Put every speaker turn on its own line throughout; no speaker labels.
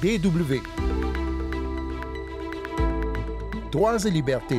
DW. Droits et libertés.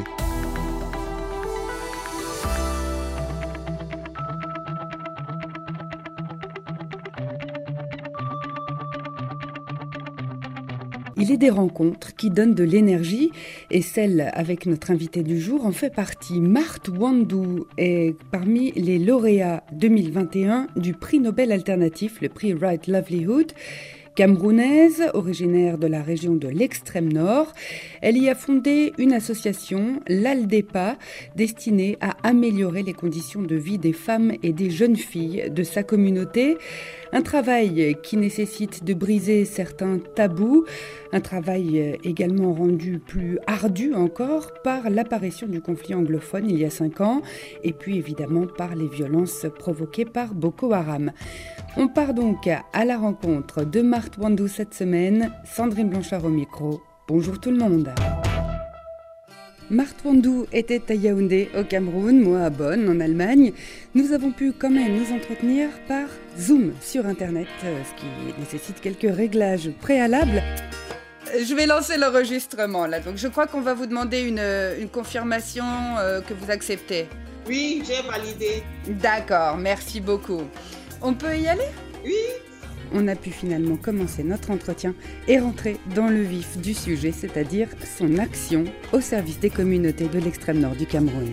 Il est des rencontres qui donnent de l'énergie et celle avec notre invité du jour en fait partie. Marthe Wandou est parmi les lauréats 2021 du prix Nobel alternatif, le prix Right Livelihood. Camerounaise, originaire de la région de l'extrême nord, elle y a fondé une association, l'ALDEPA, destinée à améliorer les conditions de vie des femmes et des jeunes filles de sa communauté. Un travail qui nécessite de briser certains tabous, un travail également rendu plus ardu encore par l'apparition du conflit anglophone il y a 5 ans et puis évidemment par les violences provoquées par Boko Haram. On part donc à la rencontre de Marthe Wandou cette semaine, Sandrine Blanchard au micro. Bonjour tout le monde. Marthe Wandou était à Yaoundé au Cameroun, moi à Bonn en Allemagne. Nous avons pu quand même nous entretenir par Zoom sur Internet, ce qui nécessite quelques réglages préalables. Je vais lancer l'enregistrement là, donc je crois qu'on va vous demander une confirmation que vous acceptez.
Oui, j'ai validé.
D'accord, merci beaucoup. On peut y aller ?
Oui.
On a pu finalement commencer notre entretien et rentrer dans le vif du sujet, c'est-à-dire son action au service des communautés de l'extrême nord du Cameroun.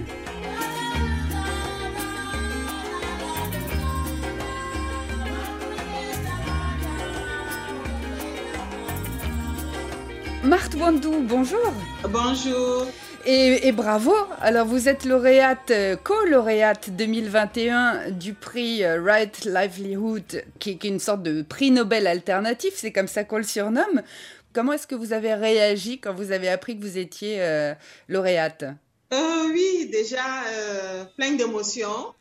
Marthe Wandou, bonjour.
Bonjour.
Et bravo, alors vous êtes lauréate, co-lauréate 2021 du prix Right Livelihood, qui est une sorte de prix Nobel alternatif, c'est comme ça qu'on le surnomme. Comment est-ce que vous avez réagi quand vous avez appris que vous étiez lauréate ?
Oui, déjà plein d'émotions,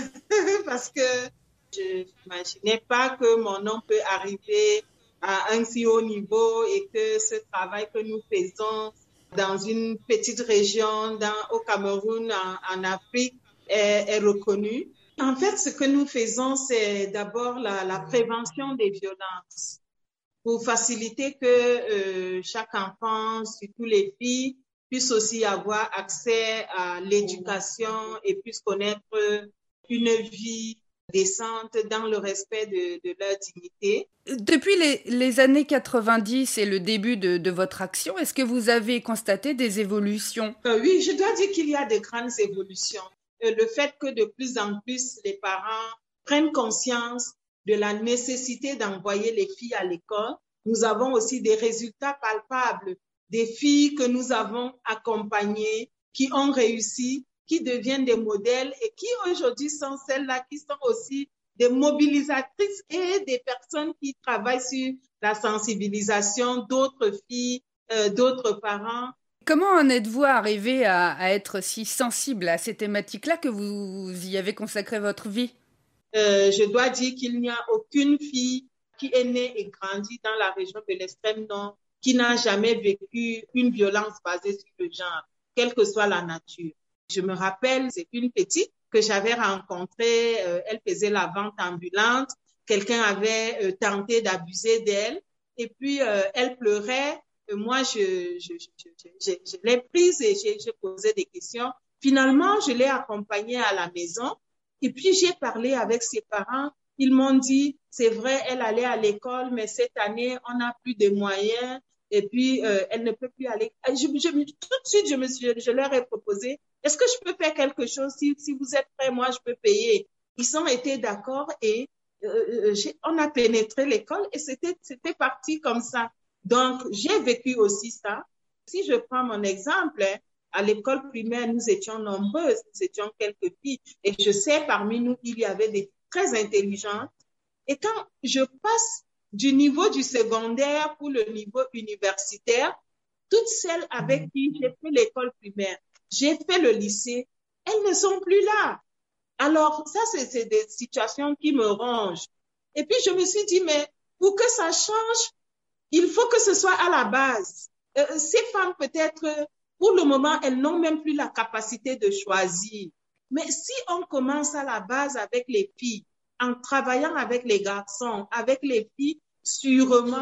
parce que je n'imaginais pas que mon nom peut arriver à un si haut niveau et que ce travail que nous faisons dans une petite région au Cameroun, en Afrique, est reconnu. En fait, ce que nous faisons, c'est d'abord la prévention des violences pour faciliter que chaque enfant, surtout les filles, puissent aussi avoir accès à l'éducation et puissent connaître une vie décente dans le respect de leur dignité.
Depuis les années 90 et le début de votre action, est-ce que vous avez constaté des évolutions ?
Oui, je dois dire qu'il y a de grandes évolutions. Le fait que de plus en plus les parents prennent conscience de la nécessité d'envoyer les filles à l'école. Nous avons aussi des résultats palpables, des filles que nous avons accompagnées, qui ont réussi, qui deviennent des modèles et qui aujourd'hui sont celles-là qui sont aussi des mobilisatrices et des personnes qui travaillent sur la sensibilisation d'autres filles, d'autres parents.
Comment en êtes-vous arrivé à être si sensible à ces thématiques-là que vous y avez consacré votre vie ?
Je dois dire qu'il n'y a aucune fille qui est née et grandie dans la région de l'extrême nord qui n'a jamais vécu une violence basée sur le genre, quelle que soit la nature. Je me rappelle, c'est une petite que j'avais rencontrée, elle faisait la vente ambulante, quelqu'un avait tenté d'abuser d'elle et puis elle pleurait. Moi, je l'ai prise et j'ai posé des questions. Finalement, je l'ai accompagnée à la maison et puis j'ai parlé avec ses parents. Ils m'ont dit, c'est vrai, elle allait à l'école, mais cette année, on n'a plus de moyens et puis elle ne peut plus aller. Tout de suite, je leur ai proposé, est-ce que je peux faire quelque chose? Si vous êtes prêts, moi, je peux payer. Ils ont été d'accord et on a pénétré l'école et c'était parti comme ça. Donc, j'ai vécu aussi ça. Si je prends mon exemple, à l'école primaire, nous étions nombreuses, nous étions quelques filles. Et je sais, parmi nous, il y avait des très intelligentes. Et quand je passe du niveau du secondaire pour le niveau universitaire, toutes celles avec qui j'ai fait l'école primaire, j'ai fait le lycée, elles ne sont plus là. Alors, ça, c'est des situations qui me rongent. Et puis, je me suis dit, mais pour que ça change, il faut que ce soit à la base. Ces femmes, peut-être, pour le moment, elles n'ont même plus la capacité de choisir. Mais si on commence à la base avec les filles, en travaillant avec les garçons, avec les filles, sûrement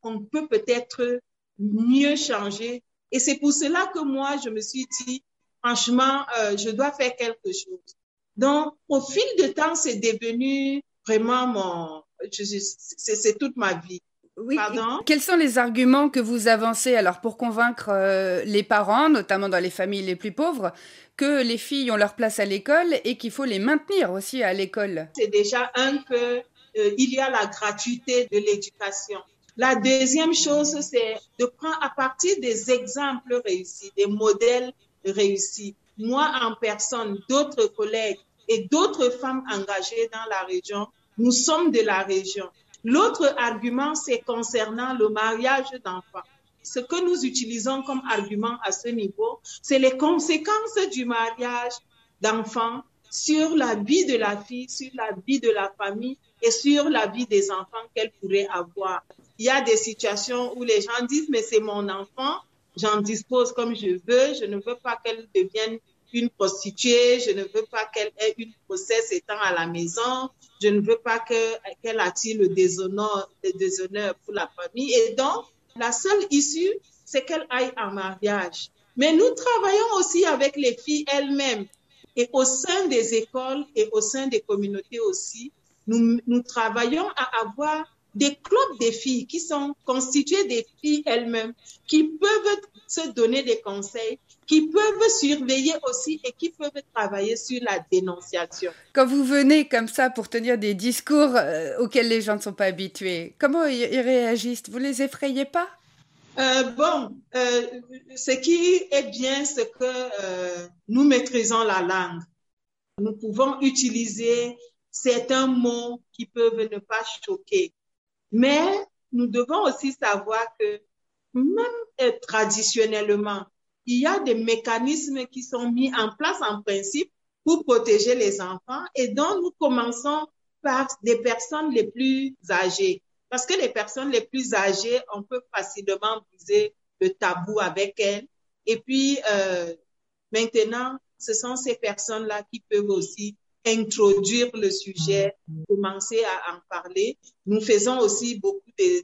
on peut peut-être mieux changer. Et c'est pour cela que moi, je me suis dit, franchement, je dois faire quelque chose. Donc, au fil de temps, c'est devenu vraiment c'est toute ma vie.
Oui.
Pardon?
Quels sont les arguments que vous avancez alors pour convaincre les parents, notamment dans les familles les plus pauvres, que les filles ont leur place à l'école et qu'il faut les maintenir aussi à l'école?
C'est déjà un peu, il y a la gratuité de l'éducation. La deuxième chose, c'est de prendre à partir des exemples réussis, des modèles réussis. Moi, en personne, d'autres collègues et d'autres femmes engagées dans la région, nous sommes de la région. L'autre argument, c'est concernant le mariage d'enfants. Ce que nous utilisons comme argument à ce niveau, c'est les conséquences du mariage d'enfants sur la vie de la fille, sur la vie de la famille et sur la vie des enfants qu'elle pourrait avoir. Il y a des situations où les gens disent, mais c'est mon enfant, j'en dispose comme je veux, je ne veux pas qu'elle devienne une prostituée, je ne veux pas qu'elle ait une grossesse étant à la maison, je ne veux pas qu'elle attire le déshonneur pour la famille. Et donc, la seule issue, c'est qu'elle aille en mariage. Mais nous travaillons aussi avec les filles elles-mêmes. Et au sein des écoles et au sein des communautés aussi, nous travaillons à avoir des clubs de filles qui sont constitués des filles elles-mêmes, qui peuvent se donner des conseils, qui peuvent surveiller aussi et qui peuvent travailler sur la dénonciation.
Quand vous venez comme ça pour tenir des discours auxquels les gens ne sont pas habitués, comment ils réagissent? Vous les effrayez pas?
Ce qui est bien, c'est que nous maîtrisons la langue. Nous pouvons utiliser certains mots qui peuvent ne pas choquer. Mais nous devons aussi savoir que même traditionnellement, il y a des mécanismes qui sont mis en place en principe pour protéger les enfants et donc nous commençons par les personnes les plus âgées. Parce que les personnes les plus âgées, on peut facilement briser le tabou avec elles. Et puis, maintenant, ce sont ces personnes-là qui peuvent aussi introduire le sujet, commencer à en parler. Nous faisons aussi beaucoup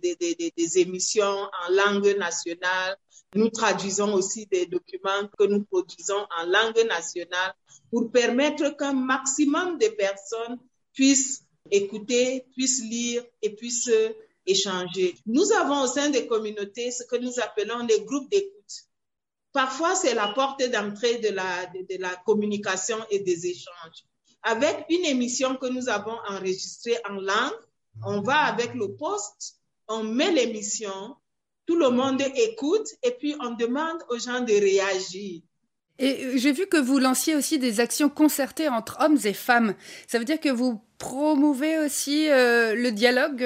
des émissions en langue nationale. Nous traduisons aussi des documents que nous produisons en langue nationale pour permettre qu'un maximum de personnes puissent écouter, puissent lire et puissent échanger. Nous avons au sein des communautés ce que nous appelons les groupes d'écoute. Parfois, c'est la porte d'entrée de la communication et des échanges. Avec une émission que nous avons enregistrée en langue, on va avec le poste, on met l'émission, tout le monde écoute et puis on demande aux gens de réagir.
Et j'ai vu que vous lanciez aussi des actions concertées entre hommes et femmes. Ça veut dire que vous promouvez aussi le dialogue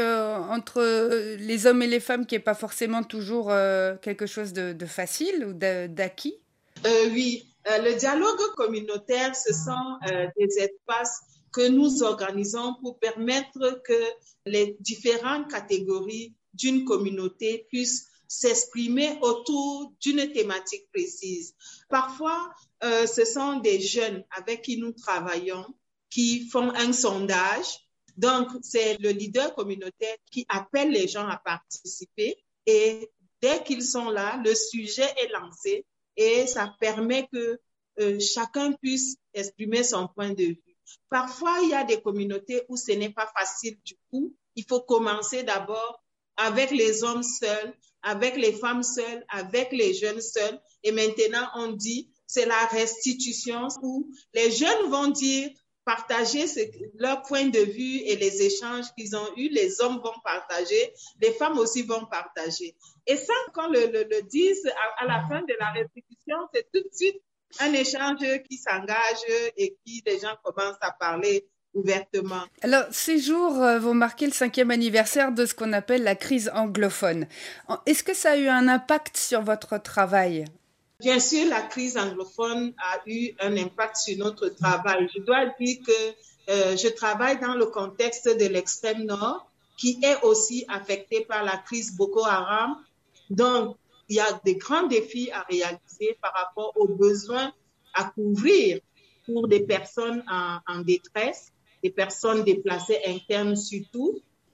entre les hommes et les femmes qui n'est pas forcément toujours quelque chose de facile ou d'acquis?
Oui, le dialogue communautaire, ce sont des espaces que nous organisons pour permettre que les différentes catégories d'une communauté puissent s'exprimer autour d'une thématique précise. Parfois, ce sont des jeunes avec qui nous travaillons qui font un sondage. Donc, c'est le leader communautaire qui appelle les gens à participer et dès qu'ils sont là, le sujet est lancé et ça permet que chacun puisse exprimer son point de vue. Parfois, il y a des communautés où ce n'est pas facile du coup. Il faut commencer d'abord avec les hommes seuls, avec les femmes seules, avec les jeunes seuls. Et maintenant, on dit, c'est la restitution où les jeunes vont dire, partager leur point de vue et les échanges qu'ils ont eus. Les hommes vont partager, les femmes aussi vont partager. Et ça, quand le disent à la fin de la restitution, c'est tout de suite un échange qui s'engage et qui les gens commencent à parler ouvertement.
Alors, ces jours vont marquer le 5e anniversaire de ce qu'on appelle la crise anglophone. Est-ce que ça a eu un impact sur votre travail?
Bien sûr, la crise anglophone a eu un impact sur notre travail. Je dois dire que je travaille dans le contexte de l'extrême nord, qui est aussi affecté par la crise Boko Haram. Donc, il y a des grands défis à réaliser par rapport aux besoins à couvrir pour des personnes en détresse, des personnes déplacées internes surtout.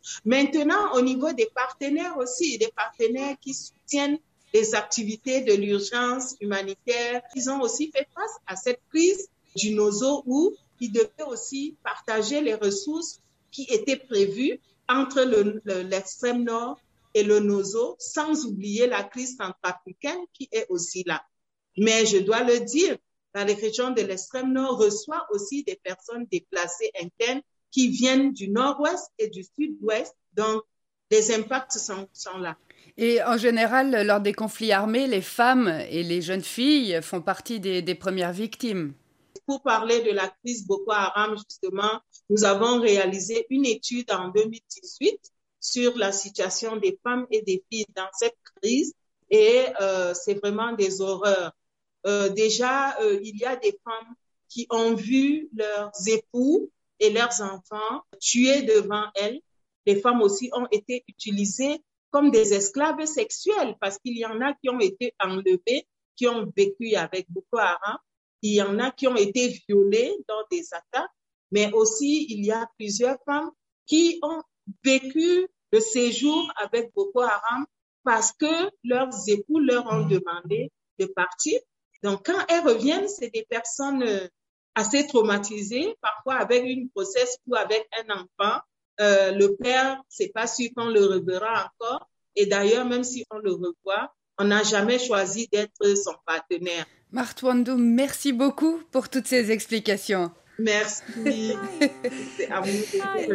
Maintenant, au niveau des partenaires aussi, des partenaires qui soutiennent les activités de l'urgence humanitaire, ils ont aussi fait face à cette crise du nozo où ils devaient aussi partager les ressources qui étaient prévues entre l'extrême nord et le nozo, sans oublier la crise centrafricaine qui est aussi là. Mais je dois le dire, la région de l'extrême nord reçoit aussi des personnes déplacées internes qui viennent du nord-ouest et du sud-ouest. Donc, les impacts sont là.
Et en général, lors des conflits armés, les femmes et les jeunes filles font partie des premières victimes.
Pour parler de la crise Boko Haram, justement, nous avons réalisé une étude en 2018 sur la situation des femmes et des filles dans cette crise. Et c'est vraiment des horreurs. Déjà, il y a des femmes qui ont vu leurs époux et leurs enfants tués devant elles. Les femmes aussi ont été utilisées comme des esclaves sexuels parce qu'il y en a qui ont été enlevés, qui ont vécu avec Boko Haram. Il y en a qui ont été violées dans des attaques, mais aussi il y a plusieurs femmes qui ont vécu le séjour avec Boko Haram parce que leurs époux leur ont demandé de partir. Donc, quand elles reviennent, c'est des personnes assez traumatisées, parfois avec une grossesse ou avec un enfant. Le père, c'est pas sûr qu'on le reverra encore. Et d'ailleurs, même si on le revoit, on n'a jamais choisi d'être son partenaire.
Marthe Wandou, merci beaucoup pour toutes ces explications.
Merci. C'est à vous de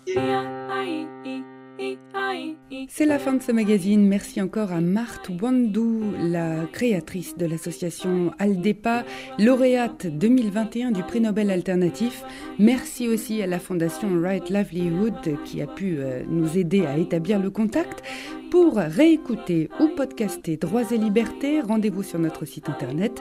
remercier.
C'est la fin de ce magazine. Merci encore à Marthe Wandou, la créatrice de l'association Aldepa, lauréate 2021 du prix Nobel alternatif. Merci aussi à la fondation Right Livelihood qui a pu nous aider à établir le contact. Pour réécouter ou podcaster Droits et Libertés, rendez-vous sur notre site internet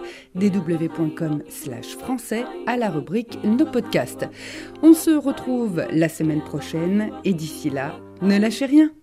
dw.com/français à la rubrique Nos podcasts. On se retrouve la semaine prochaine et d'ici là, ne lâchez rien.